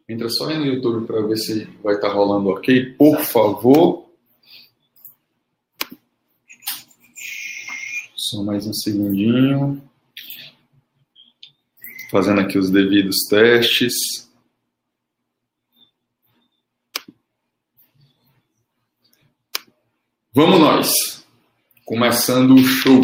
Entra só aí no YouTube para ver se vai estar rolando ok, por favor. Só mais um segundinho. Fazendo aqui os devidos testes. Vamos nós. Começando o show.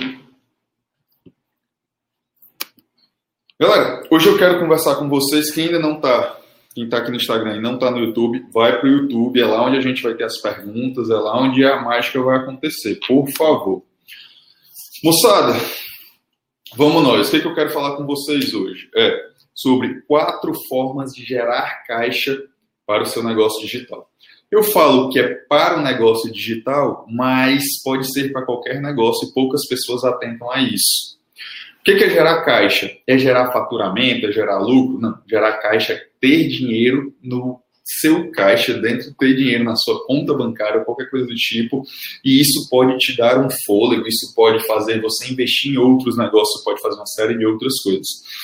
Galera, hoje eu quero conversar com vocês que ainda não está. Quem está aqui no Instagram e não está no YouTube, vai para o YouTube, é lá onde a gente vai ter as perguntas, é lá onde a mágica vai acontecer, por favor. Moçada, vamos nós. O que eu quero falar com vocês hoje? É sobre 4 formas de gerar caixa para o seu negócio digital. Eu falo que é para o negócio digital, mas pode ser para qualquer negócio e poucas pessoas atentam a isso. O que é gerar caixa? É gerar faturamento? É gerar lucro? Não. Gerar caixa é ter dinheiro no seu caixa, dentro, ter dinheiro na sua conta bancária, qualquer coisa do tipo. E isso pode te dar um fôlego, isso pode fazer você investir em outros negócios, pode fazer uma série de outras coisas.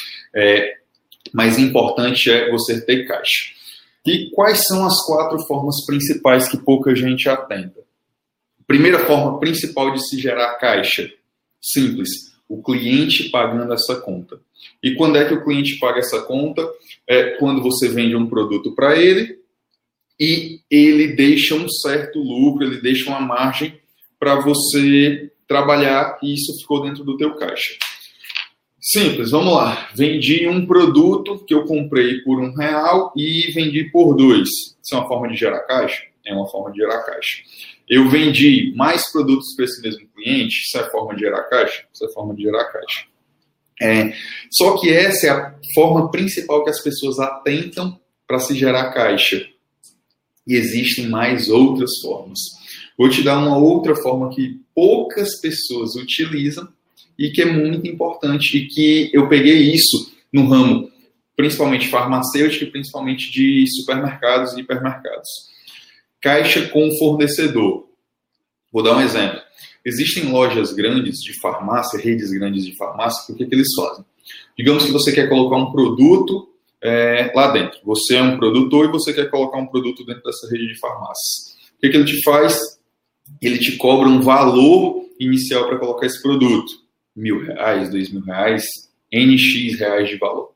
Mas o importante é você ter caixa. E quais são as 4 formas principais que pouca gente atenta? Primeira forma principal de se gerar caixa, simples. O cliente pagando essa conta. E quando é que o cliente paga essa conta? É quando você vende um produto para ele e ele deixa um certo lucro, ele deixa uma margem para você trabalhar e isso ficou dentro do teu caixa. Simples, vamos lá. Vendi um produto que eu comprei por R$1 e vendi por 2. Isso é uma forma de gerar caixa? É uma forma de gerar caixa. Eu vendi mais produtos para esse mesmo cliente, isso é forma de gerar caixa? Isso é forma de gerar caixa. Só que essa é a forma principal que as pessoas atentam para se gerar caixa. E existem mais outras formas. Vou te dar uma outra forma que poucas pessoas utilizam e que é muito importante e que eu peguei isso no ramo, principalmente farmacêutico e principalmente de supermercados e hipermercados. Caixa com fornecedor. Vou dar um exemplo. Existem lojas grandes de farmácia, redes grandes de farmácia, o que eles fazem? Digamos que você quer colocar um produto lá dentro. Você é um produtor e você quer colocar um produto dentro dessa rede de farmácias. O que ele te faz? Ele te cobra um valor inicial para colocar esse produto. R$1.000, R$2.000, NX reais de valor.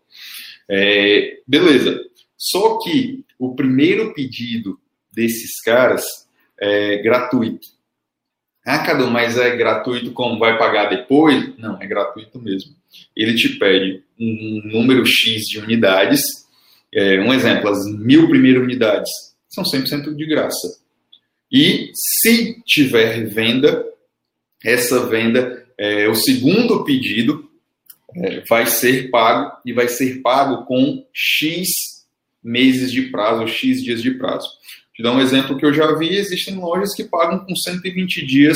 Beleza. Só que o primeiro pedido desses caras é gratuito. Cadu, mas é gratuito como? Vai pagar depois? Não, é gratuito mesmo. Ele te pede um número X de unidades. Um exemplo, as 1.000 primeiras unidades são 100% de graça. E se tiver venda, essa venda, o segundo pedido vai ser pago e vai ser pago com X meses de prazo, X dias de prazo. Vou dar um exemplo que eu já vi, existem lojas que pagam com 120 dias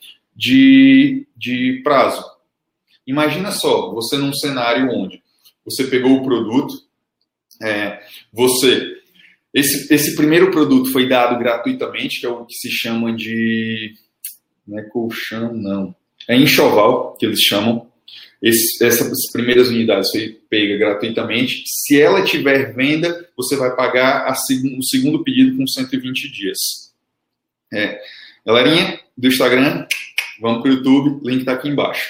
de prazo. Imagina só, você num cenário onde você pegou o produto, esse primeiro produto foi dado gratuitamente, que é o que se chama de... Não é colchão, não. É enxoval, que eles chamam. Essas primeiras unidades foi pega gratuitamente. Se ela tiver venda, você vai pagar o segundo pedido com 120 dias. Galerinha do Instagram, vamos para o YouTube, link está aqui embaixo.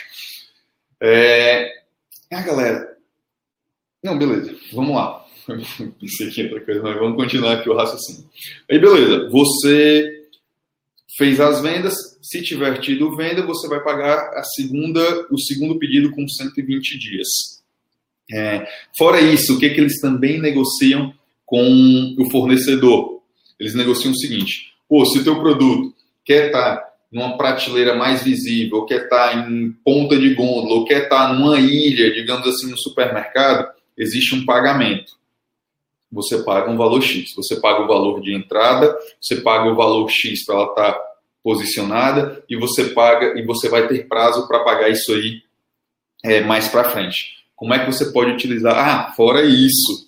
Galera. Não, beleza, vamos lá. Pensei que outra coisa, mas vamos continuar aqui o raciocínio. Aí, beleza, você fez as vendas. Se tiver tido venda, você vai pagar o segundo pedido com 120 dias. Fora isso, o que eles também negociam com o fornecedor? Eles negociam o seguinte: se o teu produto quer estar numa prateleira mais visível, ou quer estar em ponta de gôndola, ou quer estar numa ilha, digamos assim, no supermercado, existe um pagamento. Você paga um valor X. Você paga o valor de entrada, você paga o valor X para ela estar posicionada e você paga e você vai ter prazo para pagar isso aí mais para frente. Como é que você pode utilizar? Fora isso,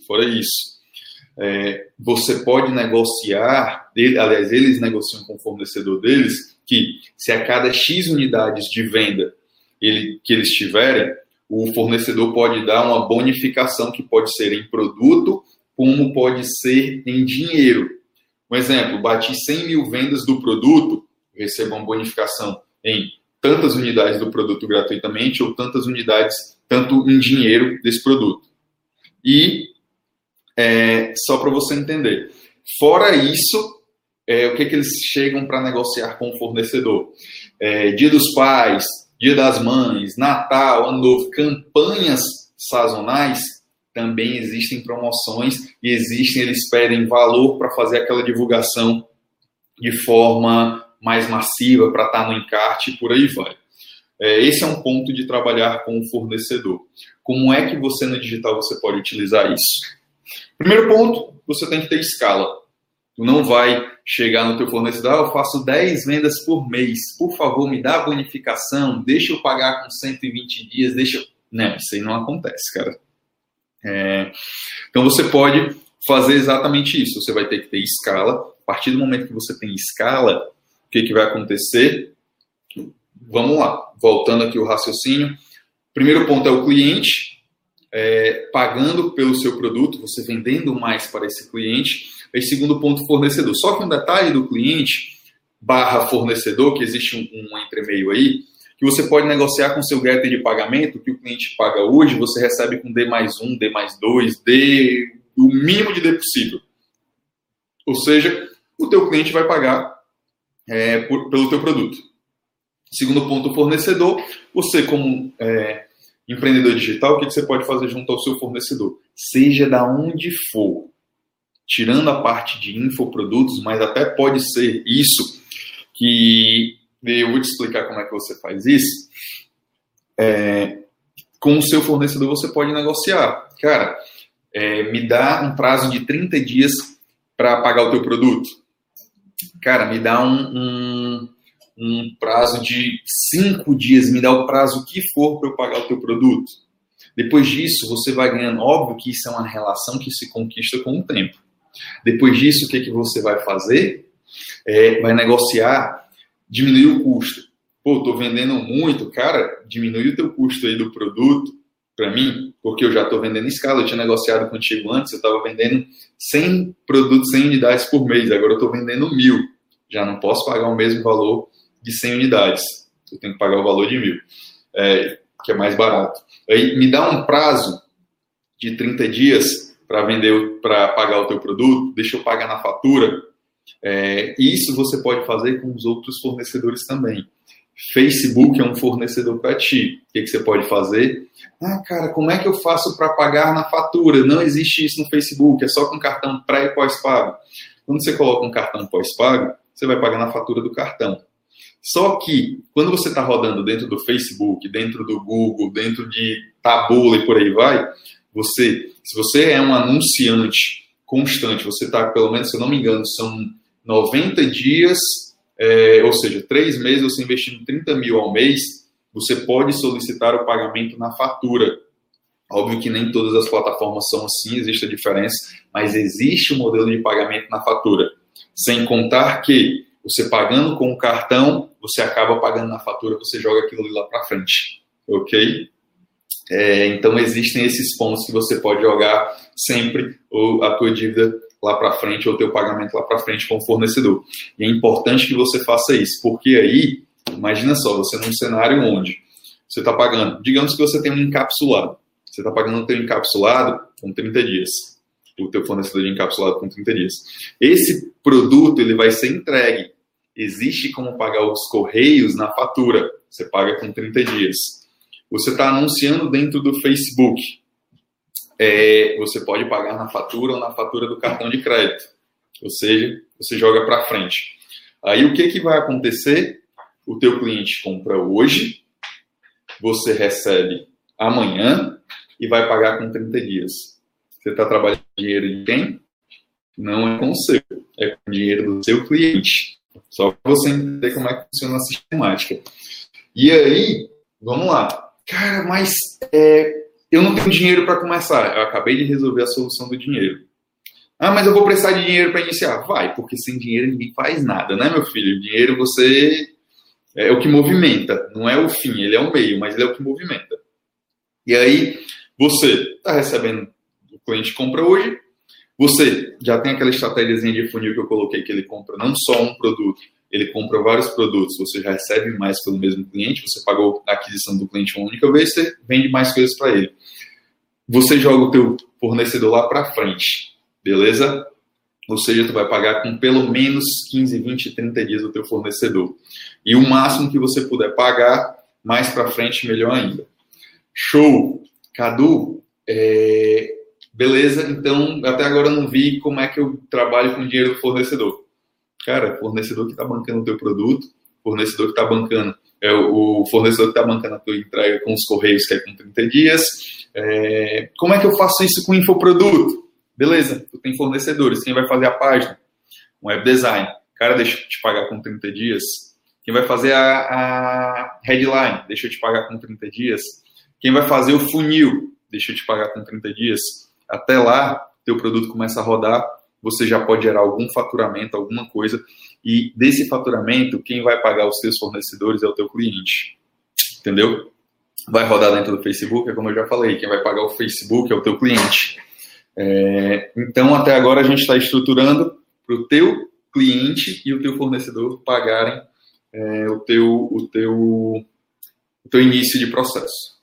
você pode negociar, aliás, eles negociam com o fornecedor deles, que se a cada X unidades de venda que eles tiverem, o fornecedor pode dar uma bonificação que pode ser em produto, como pode ser em dinheiro. Um exemplo, bati 100 mil vendas do produto, recebo uma bonificação em tantas unidades do produto gratuitamente ou tantas unidades, tanto em dinheiro desse produto. E, só para você entender, fora isso, o que eles chegam para negociar com o fornecedor? Dia dos Pais, Dia das Mães, Natal, Ano Novo, campanhas sazonais, também existem promoções e eles pedem valor para fazer aquela divulgação de forma mais massiva, para estar no encarte e por aí vai. Esse é um ponto de trabalhar com o fornecedor. Como é que você no digital você pode utilizar isso? Primeiro ponto, você tem que ter escala. Tu não vai chegar no teu fornecedor, eu faço 10 vendas por mês, por favor, me dá a bonificação, deixa eu pagar com 120 dias, Não, isso aí não acontece, cara. Então você pode fazer exatamente isso, você vai ter que ter escala. A partir do momento que você tem escala, o que vai acontecer? Vamos lá, voltando aqui o raciocínio. Primeiro ponto é o cliente, pagando pelo seu produto, você vendendo mais para esse cliente. E segundo ponto, fornecedor. Só que um detalhe do cliente / fornecedor, que existe um entremeio aí, que você pode negociar com seu getter de pagamento, que o cliente paga hoje, você recebe com D+1, D+2, o mínimo de D possível. Ou seja, o teu cliente vai pagar pelo teu produto. Segundo ponto, fornecedor. Você, como empreendedor digital, o que você pode fazer junto ao seu fornecedor? Seja da onde for, tirando a parte de infoprodutos, mas até pode ser isso, que eu vou te explicar como é que você faz isso. Com o seu fornecedor você pode negociar. Cara, me dá um prazo de 30 dias para pagar o teu produto. Cara, me dá um prazo de 5 dias, me dá o prazo que for para eu pagar o teu produto. Depois disso, você vai ganhando. Óbvio que isso é uma relação que se conquista com o tempo. Depois disso, o que você vai fazer? Vai negociar, diminuir o custo. Pô, tô vendendo muito, cara, diminui o teu custo aí do produto para mim, porque eu já estou vendendo em escala. Eu tinha negociado contigo antes, eu estava vendendo 100 produtos, 100 unidades por mês, agora eu estou vendendo 1.000. Já não posso pagar o mesmo valor de 100 unidades. Eu tenho que pagar o valor de 1.000, que é mais barato. Aí me dá um prazo de 30 dias para pagar o teu produto, deixa eu pagar na fatura. Isso você pode fazer com os outros fornecedores também. Facebook é um fornecedor para ti. O que você pode fazer? Cara, como é que eu faço para pagar na fatura? Não existe isso no Facebook, é só com cartão pré e pós-pago. Quando você coloca um cartão pós-pago, você vai pagar na fatura do cartão. Só que, quando você está rodando dentro do Facebook, dentro do Google, dentro de Taboola e por aí vai, se você é um anunciante constante, você está, pelo menos, se eu não me engano, são 90 dias, ou seja, 3 meses, você investindo 30 mil ao mês, você pode solicitar o pagamento na fatura. Óbvio que nem todas as plataformas são assim, existe a diferença, mas existe o modelo de pagamento na fatura. Sem contar que você pagando com o cartão, você acaba pagando na fatura, você joga aquilo ali lá para frente, ok? Então existem esses pontos que você pode jogar sempre a tua dívida lá para frente ou o teu pagamento lá para frente com o fornecedor. E é importante que você faça isso, porque aí, imagina só, você num cenário onde você está pagando, digamos que você tem um encapsulado, você está pagando o teu encapsulado com 30 dias, o teu fornecedor de encapsulado com 30 dias. Esse produto ele vai ser entregue. Existe como pagar os correios na fatura, você paga com 30 dias. Você está anunciando dentro do Facebook, você pode pagar na fatura ou na fatura do cartão de crédito. Ou seja, você joga para frente. Aí o que vai acontecer? O teu cliente compra hoje, você recebe amanhã e vai pagar com 30 dias. Você está trabalhando com dinheiro de quem? Não é com o seu, é com o dinheiro do seu cliente. Só para você entender como é que funciona a sistemática. E aí, vamos lá. Cara, mas eu não tenho dinheiro para começar. Eu acabei de resolver a solução do dinheiro. Mas eu vou precisar de dinheiro para iniciar. Vai, porque sem dinheiro ninguém faz nada, né, meu filho? O dinheiro é o que movimenta. Não é o fim, ele é o meio, mas ele é o que movimenta. E aí, você está recebendo, o cliente compra hoje, Você já tem aquela estratégiazinha de funil que eu coloquei, que ele compra não só um produto, ele compra vários produtos, você já recebe mais pelo mesmo cliente, você pagou a aquisição do cliente uma única vez, você vende mais coisas para ele. Você joga o teu fornecedor lá para frente, beleza? Ou seja, tu vai pagar com pelo menos 15, 20, 30 dias o teu fornecedor. E o máximo que você puder pagar, mais para frente, melhor ainda. Show! Cadu, beleza, então até agora eu não vi como é que eu trabalho com o dinheiro do fornecedor. Cara, fornecedor que está bancando o teu produto, fornecedor que está bancando, o fornecedor que está bancando a tua entrega com os correios, que é com 30 dias. Como é que eu faço isso com infoproduto? Beleza, tu tem fornecedores, quem vai fazer a página? Um web design. Cara, deixa eu te pagar com 30 dias. Quem vai fazer a headline? Deixa eu te pagar com 30 dias. Quem vai fazer o funil? Deixa eu te pagar com 30 dias. Até lá, teu produto começa a rodar, você já pode gerar algum faturamento, alguma coisa, e desse faturamento, quem vai pagar os teus fornecedores é o teu cliente. Entendeu? Vai rodar dentro do Facebook, é como eu já falei, quem vai pagar o Facebook é o teu cliente. Então, até agora, a gente está estruturando para o teu cliente e o teu fornecedor pagarem o teu início de processo.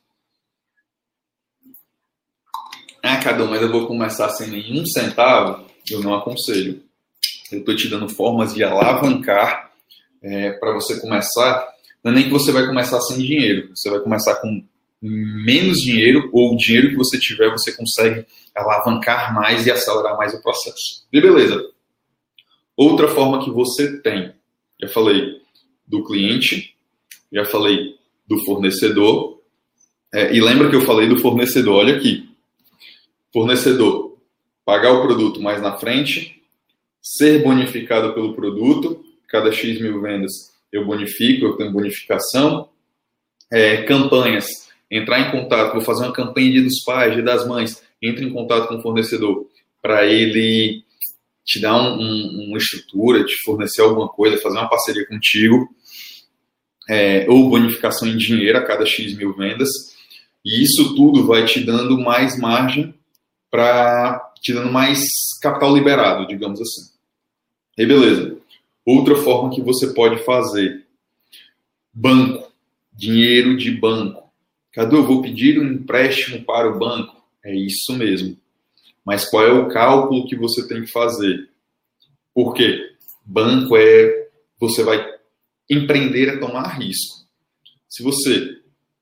Cadu, mas eu vou começar sem nenhum centavo? Eu não aconselho. Eu estou te dando formas de alavancar para você começar. Não é nem que você vai começar sem dinheiro. Você vai começar com menos dinheiro, ou o dinheiro que você tiver, você consegue alavancar mais e acelerar mais o processo. E beleza. Outra forma que você tem, já falei do cliente, já falei do fornecedor, e lembra que eu falei do fornecedor, olha aqui. Fornecedor, pagar o produto mais na frente, ser bonificado pelo produto, cada X mil vendas eu bonifico, eu tenho bonificação, campanhas, entrar em contato, vou fazer uma campanha Dia dos Pais, Dia das Mães, entre em contato com o fornecedor para ele te dar uma estrutura, te fornecer alguma coisa, fazer uma parceria contigo, ou bonificação em dinheiro a cada X mil vendas, e isso tudo vai te dando mais margem, te dando mais capital liberado, digamos assim. E beleza. Outra forma que você pode fazer, banco, dinheiro de banco. Cadu, eu vou pedir um empréstimo para o banco. É isso mesmo. Mas qual é o cálculo que você tem que fazer? Por quê? Banco você vai empreender a tomar risco. Se você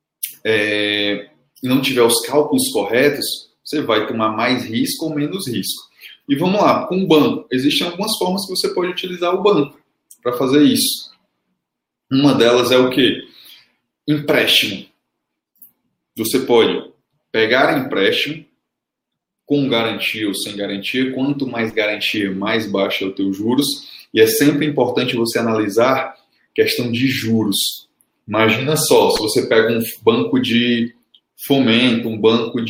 não tiver os cálculos corretos, você vai tomar mais risco ou menos risco. E vamos lá, com o banco, existem algumas formas que você pode utilizar o banco para fazer isso. Uma delas é o quê? Empréstimo. Você pode pegar empréstimo com garantia ou sem garantia. Quanto mais garantia, mais baixo é o teu juros. E é sempre importante você analisar questão de juros. Imagina só, se você pega um banco de fomento, um banco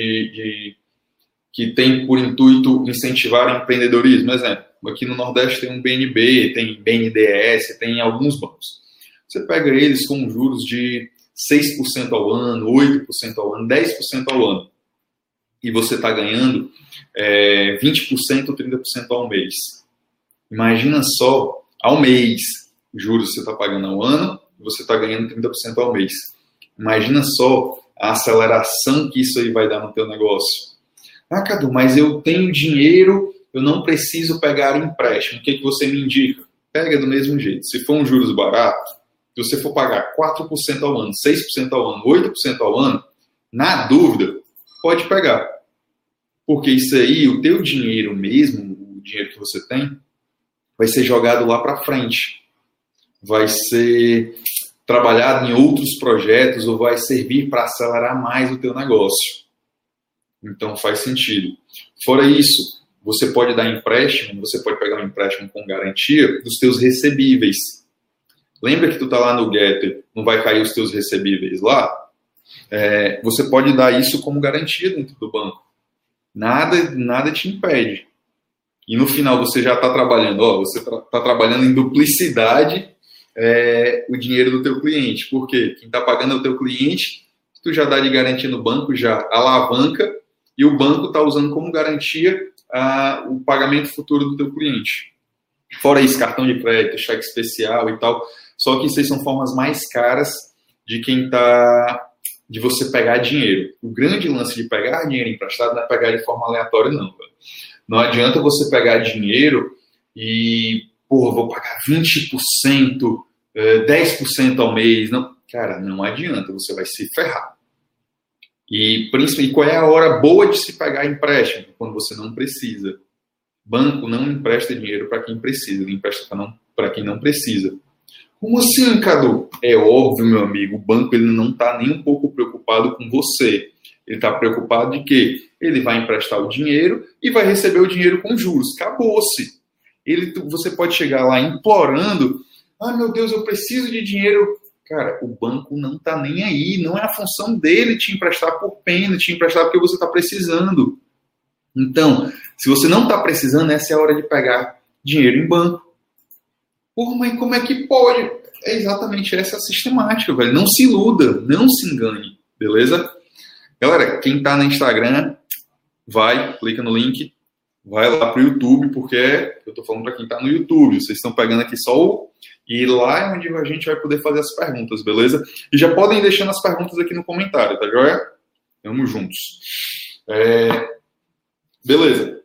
que tem por intuito incentivar o empreendedorismo. Por exemplo, aqui no Nordeste tem um BNB, tem BNDES, tem alguns bancos. Você pega eles com juros de 6% ao ano, 8% ao ano, 10% ao ano. E você está ganhando 20% ou 30% ao mês. Imagina só, ao mês, juros você está pagando ao ano, e você está ganhando 30% ao mês. Imagina só a aceleração que isso aí vai dar no teu negócio. Cadu, mas eu tenho dinheiro, eu não preciso pegar empréstimo. O que você me indica? Pega do mesmo jeito. Se for um juros barato, se você for pagar 4% ao ano, 6% ao ano, 8% ao ano, na dúvida, pode pegar. Porque isso aí, o teu dinheiro mesmo, o dinheiro que você tem, vai ser jogado lá para frente. Vai ser trabalhado em outros projetos ou vai servir para acelerar mais o teu negócio. Então faz sentido. Fora isso, você pode dar empréstimo, você pode pegar um empréstimo com garantia dos teus recebíveis. Lembra que tu tá lá no Getter, não vai cair os teus recebíveis lá? Você pode dar isso como garantia dentro do banco. Nada te impede. E no final você já está trabalhando, você está trabalhando em duplicidade o dinheiro do teu cliente. Por quê? Quem está pagando é o teu cliente, tu já dá de garantia no banco, já alavanca, e o banco está usando como garantia o pagamento futuro do teu cliente. Fora isso, cartão de crédito, cheque especial e tal. Só que isso aí são formas mais caras de você pegar dinheiro. O grande lance de pegar dinheiro emprestado não é pegar de forma aleatória, não. Velho. Não adianta você pegar dinheiro e, vou pagar 20%, 10% ao mês. Não. Cara, não adianta, você vai se ferrar. E qual é a hora boa de se pegar empréstimo? Quando você não precisa. Banco não empresta dinheiro para quem precisa, ele empresta para quem não precisa. Como assim, Cadu? É óbvio, meu amigo, o banco ele não está nem um pouco preocupado com você. Ele está preocupado de quê? Ele vai emprestar o dinheiro e vai receber o dinheiro com juros. Acabou-se. Você pode chegar lá implorando, meu Deus, eu preciso de dinheiro. Cara, o banco não está nem aí. Não é a função dele te emprestar por pena, te emprestar porque você está precisando. Então, se você não está precisando, essa é a hora de pegar dinheiro em banco. Mas como é que pode? É exatamente essa a sistemática, velho. Não se iluda, não se engane, beleza? Galera, quem está no Instagram, clica no link, vai lá pro YouTube, porque eu estou falando para quem está no YouTube. Vocês estão pegando aqui só e lá é onde a gente vai poder fazer as perguntas, beleza? E já podem deixando as perguntas aqui no comentário, tá joia? Tamo juntos. Beleza,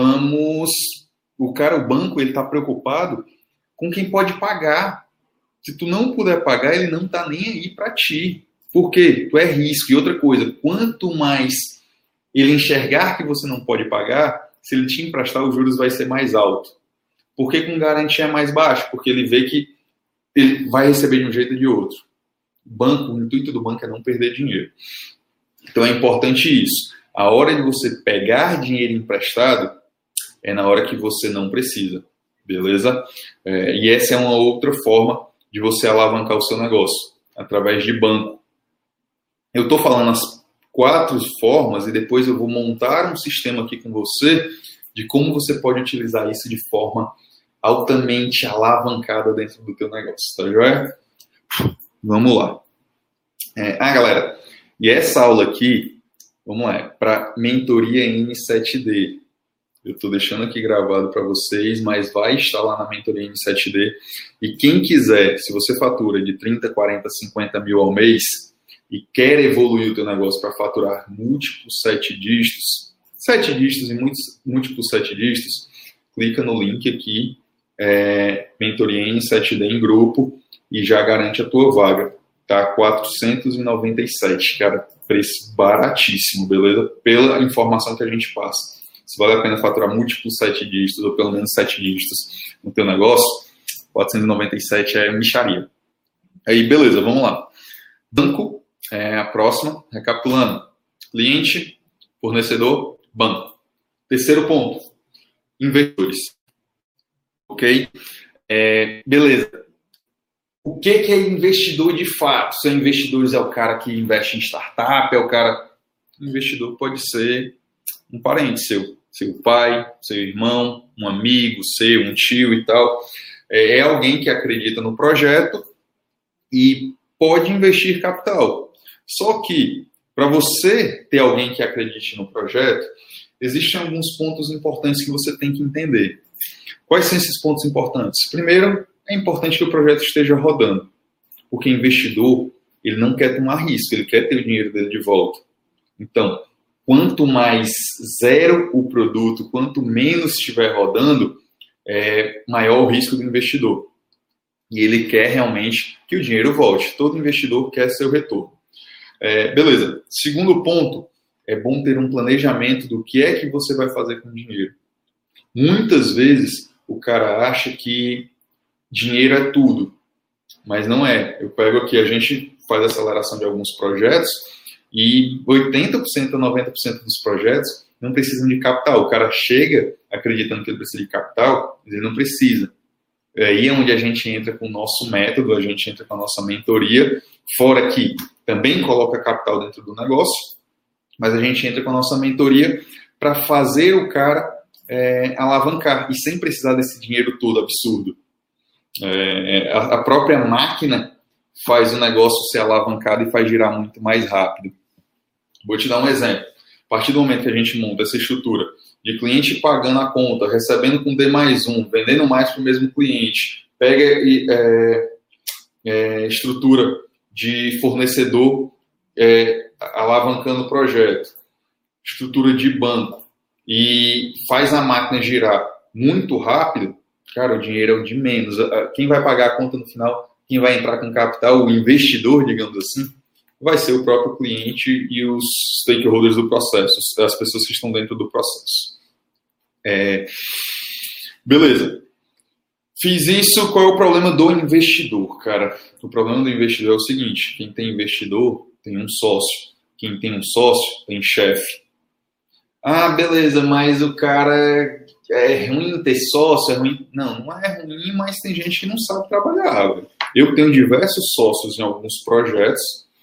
o banco, ele está preocupado com quem pode pagar. Se tu não puder pagar, ele não está nem aí para ti. Por quê? Tu é risco. E outra coisa, quanto mais ele enxergar que você não pode pagar, se ele te emprestar, os juros vai ser mais alto. Por que com garantia é mais baixo? Porque ele vê que ele vai receber de um jeito ou de outro. O intuito do banco é não perder dinheiro. Então é importante isso. A hora de você pegar dinheiro emprestado é na hora que você não precisa, beleza? E essa é uma outra forma de você alavancar o seu negócio, através de banco. Eu estou falando as 4 formas e depois eu vou montar um sistema aqui com você de como você pode utilizar isso de forma altamente alavancada dentro do teu negócio, tá joia? Vamos lá. Galera, e essa aula aqui, vamos lá, para mentoria N7D. Eu estou deixando aqui gravado para vocês, mas vai estar lá na mentoria N7D. E quem quiser, se você fatura de 30, 40, 50 mil ao mês e quer evoluir o teu negócio para faturar múltiplos 7 dígitos e múltiplos 7 dígitos, clica no link aqui, mentoria N7D em grupo e já garante a tua vaga. Tá? 497, cara. Preço baratíssimo, beleza? Pela informação que a gente passa. Se vale a pena faturar múltiplos 7 dígitos, ou pelo menos 7 dígitos no teu negócio, 497 é mixaria. Aí, beleza, vamos lá. Banco, a próxima, recapitulando. Cliente, fornecedor, banco. Terceiro ponto, investidores. Ok? Beleza. O que é investidor de fato? Se investidores é o cara que investe em startup, investidor pode ser um parente seu pai, seu irmão, um amigo seu, um tio e tal. É alguém que acredita no projeto e pode investir capital. Só que, para você ter alguém que acredite no projeto, existem alguns pontos importantes que você tem que entender. Quais são esses pontos importantes? Primeiro, é importante que o projeto esteja rodando, porque investidor, ele não quer tomar risco, ele quer ter o dinheiro dele de volta. Então, quanto mais zero o produto, quanto menos estiver rodando, maior o risco do investidor. E ele quer realmente que o dinheiro volte. Todo investidor quer seu retorno. Beleza. Segundo ponto, é bom ter um planejamento do que é que você vai fazer com o dinheiro. Muitas vezes, o cara acha que dinheiro é tudo, mas não é. Eu pego aqui, a gente faz aceleração de alguns projetos e 80% a 90% dos projetos não precisam de capital. O cara chega acreditando que ele precisa de capital, mas ele não precisa. Aí é onde a gente entra com o nosso método, a gente entra com a nossa mentoria, fora que também coloca capital dentro do negócio, mas a gente entra com a nossa mentoria para fazer o cara alavancar, e sem precisar desse dinheiro todo absurdo. A própria máquina faz o negócio ser alavancado e faz girar muito mais rápido. Vou te dar um exemplo. A partir do momento que a gente monta essa estrutura, de cliente pagando a conta, recebendo com D+1, vendendo mais para o mesmo cliente, pega estrutura de fornecedor alavancando o projeto, estrutura de banco, e faz a máquina girar muito rápido, cara, o dinheiro é o de menos. Quem vai pagar a conta no final, quem vai entrar com capital, o investidor, digamos assim, vai ser o próprio cliente e os stakeholders do processo, as pessoas que estão dentro do processo. Beleza. Fiz isso, qual é o problema do investidor, cara? O problema do investidor é o seguinte, quem tem investidor tem um sócio, quem tem um sócio tem chefe. Ah, beleza, mas o cara é ruim ter sócio, é ruim... Não é ruim, mas tem gente que não sabe trabalhar. Véio. Eu tenho diversos sócios em alguns projetos,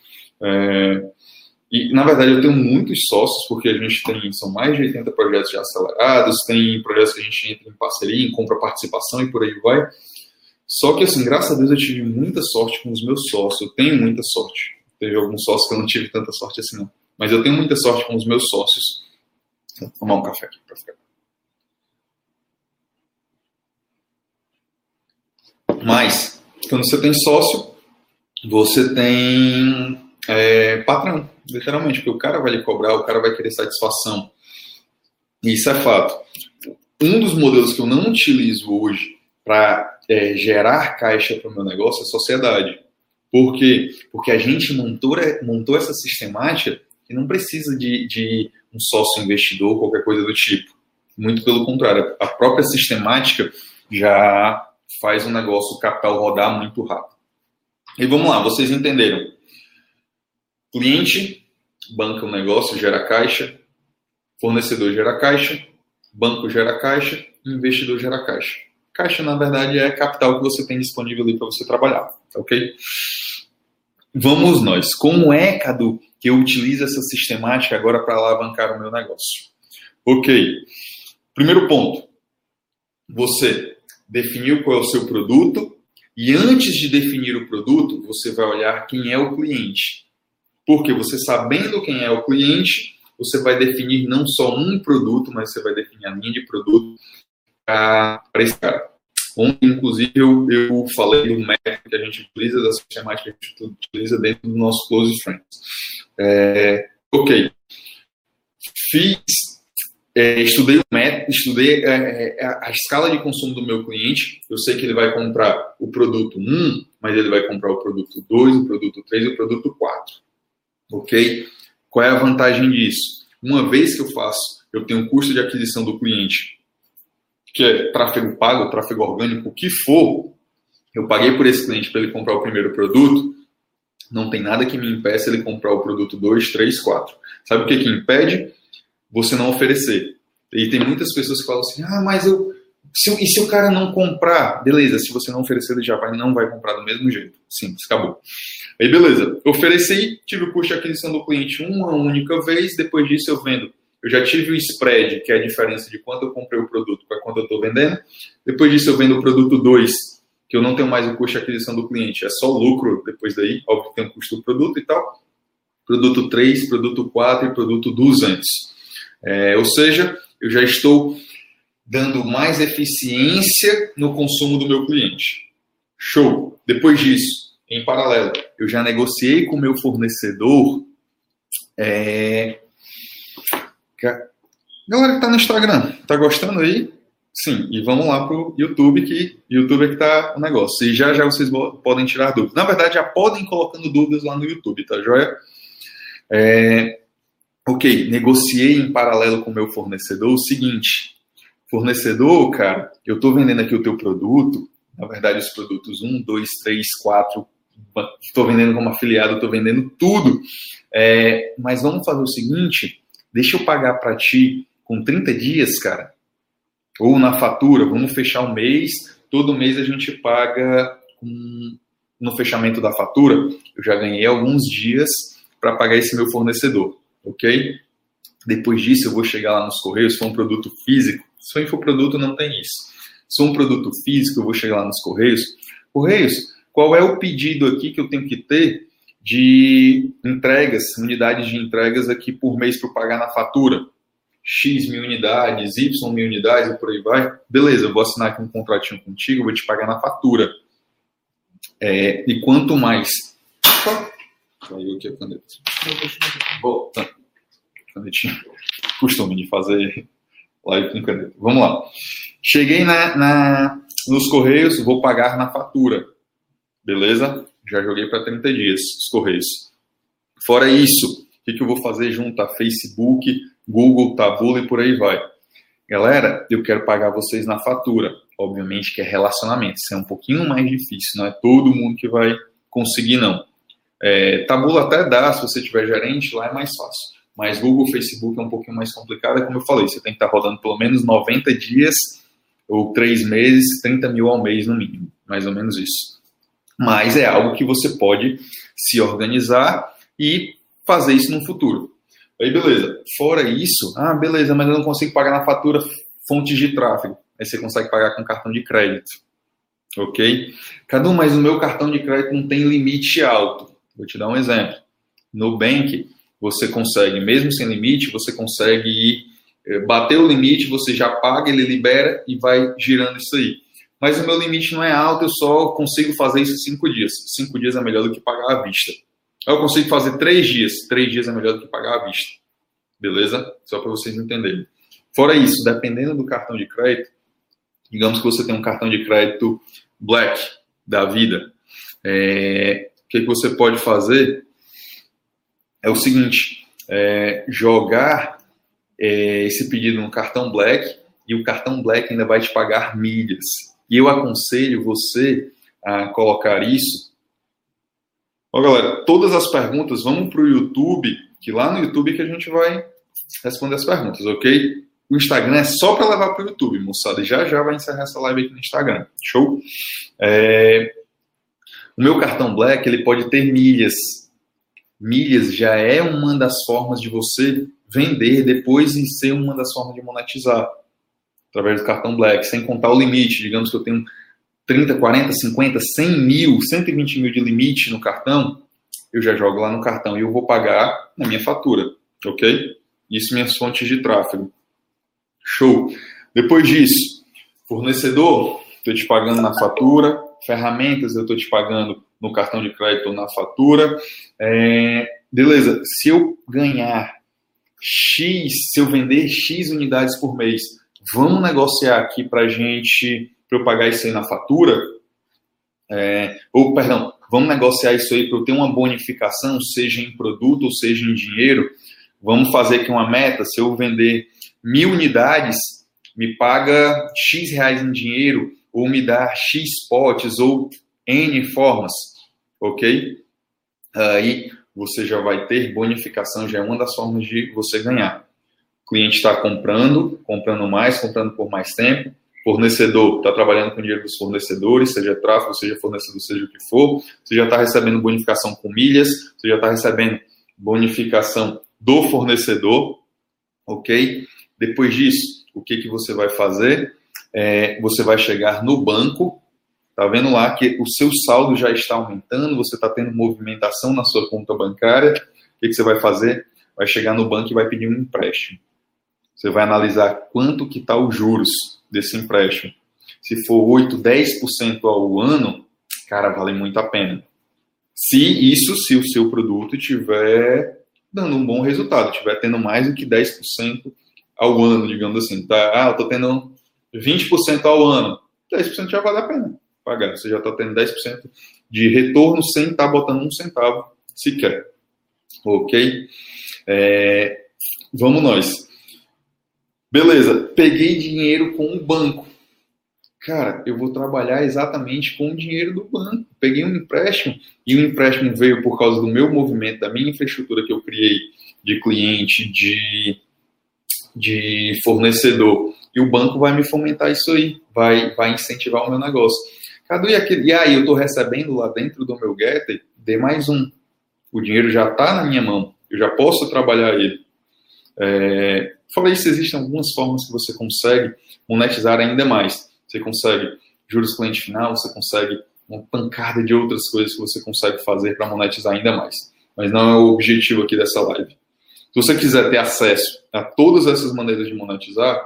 e, na verdade, eu tenho muitos sócios, porque a gente são mais de 80 projetos já acelerados, tem projetos que a gente entra em parceria, em compra participação e por aí vai. Só que, assim, graças a Deus eu tive muita sorte com os meus sócios, eu tenho muita sorte. Teve alguns sócios que eu não tive tanta sorte assim, não. Mas eu tenho muita sorte com os meus sócios. Vou tomar um café aqui para ficar. Mas, quando você tem sócio, você tem patrão, literalmente, porque o cara vai lhe cobrar, o cara vai querer satisfação. Isso é fato. Um dos modelos que eu não utilizo hoje para gerar caixa para o meu negócio é sociedade. Por quê? Porque a gente montou essa sistemática que não precisa de um sócio investidor, qualquer coisa do tipo. Muito pelo contrário, a própria sistemática já faz o negócio, o capital rodar muito rápido. E vamos lá, vocês entenderam. Cliente banca o negócio, gera caixa, fornecedor gera caixa, banco gera caixa, investidor gera caixa. Caixa, na verdade, é capital que você tem disponível ali para você trabalhar, ok? Vamos nós. Como é, Cadu, que eu utilizo essa sistemática agora para alavancar o meu negócio? Ok. Primeiro ponto. Você definiu qual é o seu produto e antes de definir o produto, você vai olhar quem é o cliente. Porque você sabendo quem é o cliente, você vai definir não só um produto, mas você vai definir a linha de produto para esse cara. Ontem, inclusive, eu falei do método que a gente utiliza, da sistemática que a gente utiliza dentro do nosso Close Friends. Ok. Estudei o método, estudei a escala de consumo do meu cliente. Eu sei que ele vai comprar o produto 1, mas ele vai comprar o produto 2, o produto 3 e o produto 4. Ok? Qual é a vantagem disso? Uma vez que eu tenho um custo de aquisição do cliente, que é tráfego pago, tráfego orgânico, o que for, eu paguei por esse cliente para ele comprar o primeiro produto, não tem nada que me impeça ele comprar o produto 2, 3, 4. Sabe o que impede? Você não oferecer. E tem muitas pessoas que falam assim, mas e se o cara não comprar? Beleza, se você não oferecer, ele não vai comprar do mesmo jeito. Simples, acabou. Aí beleza, ofereci, tive o custo de aquisição do cliente uma única vez, depois disso eu vendo. Eu já tive o spread, que é a diferença de quanto eu comprei o produto para quanto eu estou vendendo. Depois disso eu vendo o produto 2, que eu não tenho mais o custo de aquisição do cliente, é só lucro depois daí, óbvio que tem o custo do produto e tal. Produto 3, produto 4 e produto 200. Ou seja, eu já estou dando mais eficiência no consumo do meu cliente. Show! Depois disso, em paralelo, eu já negociei com o meu fornecedor. Galera que tá no Instagram, tá gostando aí? Sim, e vamos lá pro YouTube, que YouTube é que tá o negócio. E já vocês podem tirar dúvidas. Na verdade, já podem ir colocando dúvidas lá no YouTube, tá joia? Ok, negociei em paralelo com o meu fornecedor o seguinte. Fornecedor, cara, eu tô vendendo aqui o teu produto, na verdade os produtos 1, 2, 3, 4, estou vendendo como afiliado, estou vendendo tudo. Mas vamos fazer o seguinte, deixa eu pagar para ti com 30 dias, cara, ou na fatura, vamos fechar um mês, todo mês a gente paga no fechamento da fatura, eu já ganhei alguns dias para pagar esse meu fornecedor, ok? Depois disso eu vou chegar lá nos Correios, se for um produto físico, se for infoproduto não tem isso. Se for um produto físico, eu vou chegar lá nos Correios. Correios, qual é o pedido aqui que eu tenho que ter de entregas, unidades de entregas aqui por mês para eu pagar na fatura? X mil unidades, Y mil unidades e por aí vai, beleza, eu vou assinar aqui um contratinho contigo, eu vou te pagar na fatura. E quanto mais... Caiu aqui a caneta. Volta. Canetinha. Costume de fazer live com caneta. Vamos lá. Cheguei nos Correios, vou pagar na fatura. Beleza? Já joguei para 30 dias os Correios. Fora isso, o que eu vou fazer junto a Facebook, Google, Taboola e por aí vai? Galera, eu quero pagar vocês na fatura. Obviamente que é relacionamento. Isso é um pouquinho mais difícil. Não é todo mundo que vai conseguir, não. Taboola até dá, se você tiver gerente, lá é mais fácil. Mas Google, Facebook é um pouquinho mais complicado. Como eu falei, você tem que estar rodando pelo menos 90 dias ou 3 meses, 30 mil ao mês no mínimo. Mais ou menos isso. Mas é algo que você pode se organizar e fazer isso no futuro. Aí, beleza. Fora isso, beleza, mas eu não consigo pagar na fatura fontes de tráfego. Aí você consegue pagar com cartão de crédito. Ok? Cadu, mas o meu cartão de crédito não tem limite alto. Vou te dar um exemplo. No Nubank, você consegue, mesmo sem limite, você consegue bater o limite, você já paga, ele libera e vai girando isso aí. Mas o meu limite não é alto, eu só consigo fazer isso em 5 dias. 5 dias é melhor do que pagar à vista. Eu consigo fazer 3 dias. 3 dias é melhor do que pagar à vista. Beleza? Só para vocês entenderem. Fora isso, dependendo do cartão de crédito, digamos que você tem um cartão de crédito Black da vida. O que você pode fazer é o seguinte, jogar esse pedido no cartão Black e o cartão Black ainda vai te pagar milhas. E eu aconselho você a colocar isso. Ó, galera, todas as perguntas, vamos para o YouTube, que lá no YouTube que a gente vai responder as perguntas, ok? O Instagram é só para levar para o YouTube, moçada. E já vai encerrar essa live aqui no Instagram. Show? O meu cartão Black, ele pode ter milhas. Milhas já é uma das formas de você vender depois e ser uma das formas de monetizar. Através do cartão Black, sem contar o limite. Digamos que eu tenho 30, 40, 50, 100 mil, 120 mil de limite no cartão, eu já jogo lá no cartão e eu vou pagar na minha fatura, ok? Isso minhas fontes de tráfego. Show! Depois disso, fornecedor, estou te pagando na fatura. Ferramentas, eu estou te pagando no cartão de crédito ou na fatura. Beleza, se eu ganhar X, se eu vender X unidades por mês, vamos negociar aqui para eu pagar isso aí na fatura? Vamos negociar isso aí para eu ter uma bonificação, seja em produto ou seja em dinheiro. Vamos fazer aqui uma meta, se eu vender 1000 unidades, me paga X reais em dinheiro, ou me dá X potes, ou N formas, ok? Aí você já vai ter bonificação, já é uma das formas de você ganhar. O cliente está comprando mais, comprando por mais tempo. Fornecedor está trabalhando com o dinheiro dos fornecedores, seja tráfego, seja fornecedor, seja o que for. Você já está recebendo bonificação com milhas, você já está recebendo bonificação do fornecedor, ok? Depois disso, o que você vai fazer? Você vai chegar no banco, tá vendo lá que o seu saldo já está aumentando, você está tendo movimentação na sua conta bancária. O que você vai fazer? Vai chegar no banco e vai pedir um empréstimo. Você vai analisar quanto que está os juros desse empréstimo. Se for 8, 10% ao ano, cara, vale muito a pena. Se o seu produto estiver dando um bom resultado, estiver tendo mais do que 10% ao ano, digamos assim. Tá? Eu estou tendo 20% ao ano. 10% já vale a pena pagar. Você já está tendo 10% de retorno sem estar botando um centavo sequer. Ok? Vamos nós. Beleza, peguei dinheiro com o banco. Cara, eu vou trabalhar exatamente com o dinheiro do banco. Peguei um empréstimo e o empréstimo veio por causa do meu movimento, da minha infraestrutura que eu criei de cliente, de fornecedor. E o banco vai me fomentar isso aí, vai incentivar o meu negócio. Cadu, e aí eu estou recebendo lá dentro do meu Getter, dê mais um. O dinheiro já está na minha mão, eu já posso trabalhar ele. Falei isso, existem algumas formas que você consegue monetizar ainda mais. Você consegue juros cliente final, você consegue uma pancada de outras coisas que você consegue fazer para monetizar ainda mais. Mas não é o objetivo aqui dessa live. Se você quiser ter acesso a todas essas maneiras de monetizar,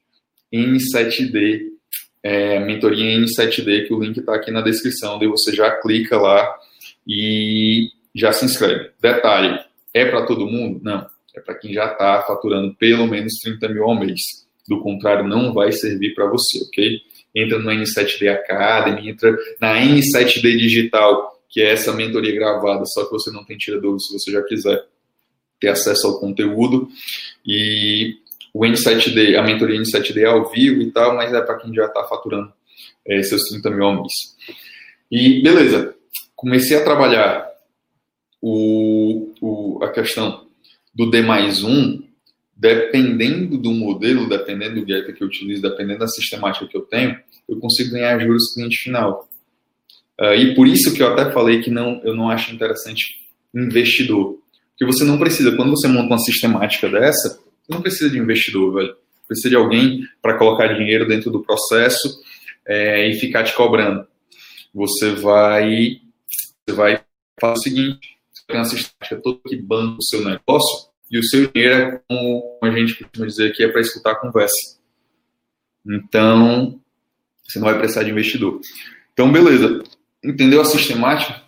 N7D, mentoria N7D, que o link está aqui na descrição, daí você já clica lá e já se inscreve. Detalhe, é para todo mundo? Não, é para quem já está faturando pelo menos 30 mil ao mês. Do contrário, não vai servir para você, ok? Entra no N7D Academy, entra na N7D Digital, que é essa mentoria gravada, só que você não tem tira dúvida se você já quiser ter acesso ao conteúdo. E o N7D, a mentoria N7D é ao vivo e tal, mas é para quem já está faturando seus 30 mil ao mês. E beleza, comecei a trabalhar a questão do D+1, dependendo do modelo, dependendo do gap que eu utilizo, dependendo da sistemática que eu tenho, eu consigo ganhar juros cliente final. E por isso que eu até falei que eu não acho interessante investidor. Porque você não precisa, quando você monta uma sistemática dessa, você não precisa de investidor, velho. Precisa de alguém para colocar dinheiro dentro do processo e ficar te cobrando. Você vai fazer o seguinte, você tem uma sistemática toda que banca o seu negócio, e o seu dinheiro é, como a gente costuma dizer aqui, é para escutar a conversa. Então, você não vai precisar de investidor. Então, beleza. Entendeu a sistemática?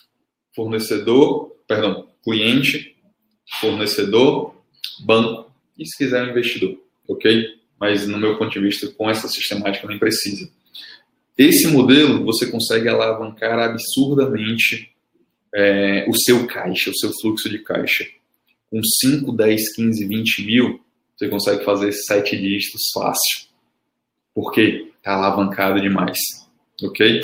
Cliente, fornecedor, banco e, se quiser, um investidor. Ok? Mas, no meu ponto de vista, com essa sistemática, nem precisa. Esse modelo, você consegue alavancar absurdamente o seu caixa, o seu fluxo de caixa. Com 5, 10, 15, 20 mil, você consegue fazer 7 dígitos fácil. Por quê? Está alavancado demais. Ok?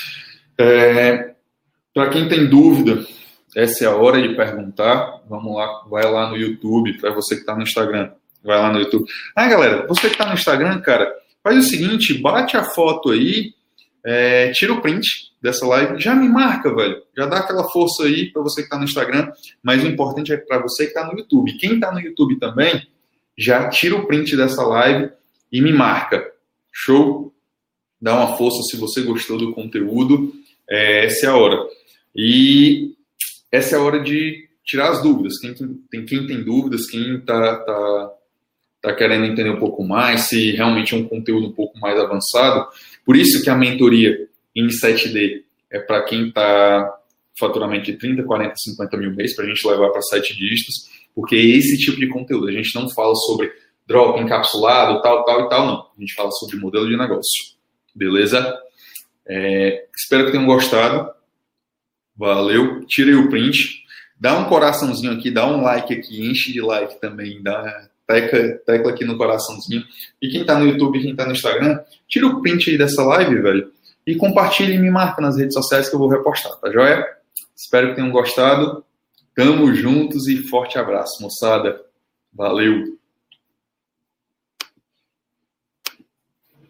Para quem tem dúvida, essa é a hora de perguntar. Vamos lá, vai lá no YouTube. Para você que está no Instagram, vai lá no YouTube. Galera, você que está no Instagram, cara, faz o seguinte, bate a foto aí, tira o print dessa live, já me marca, velho. Já dá aquela força aí para você que está no Instagram, mas o importante é para você que está no YouTube. Quem está no YouTube também, já tira o print dessa live e me marca. Show? Dá uma força se você gostou do conteúdo. Essa é a hora. E essa é a hora de tirar as dúvidas. Quem tem dúvidas, quem tá querendo entender um pouco mais, se realmente é um conteúdo um pouco mais avançado. Por isso que a mentoria N7D é para quem está faturamento de 30, 40, 50 mil mês, para a gente levar para 7 dígitos, porque é esse tipo de conteúdo. A gente não fala sobre drop encapsulado, tal, não. A gente fala sobre modelo de negócio. Beleza? Espero que tenham gostado. Valeu. Tirei o print. Dá um coraçãozinho aqui, dá um like aqui, enche de like também, dá tecla aqui no coraçãozinho. E quem tá no YouTube e quem tá no Instagram, tira o print aí dessa live, velho, e compartilha e me marca nas redes sociais que eu vou repostar, tá joia? Espero que tenham gostado. Tamo juntos e forte abraço, moçada. Valeu!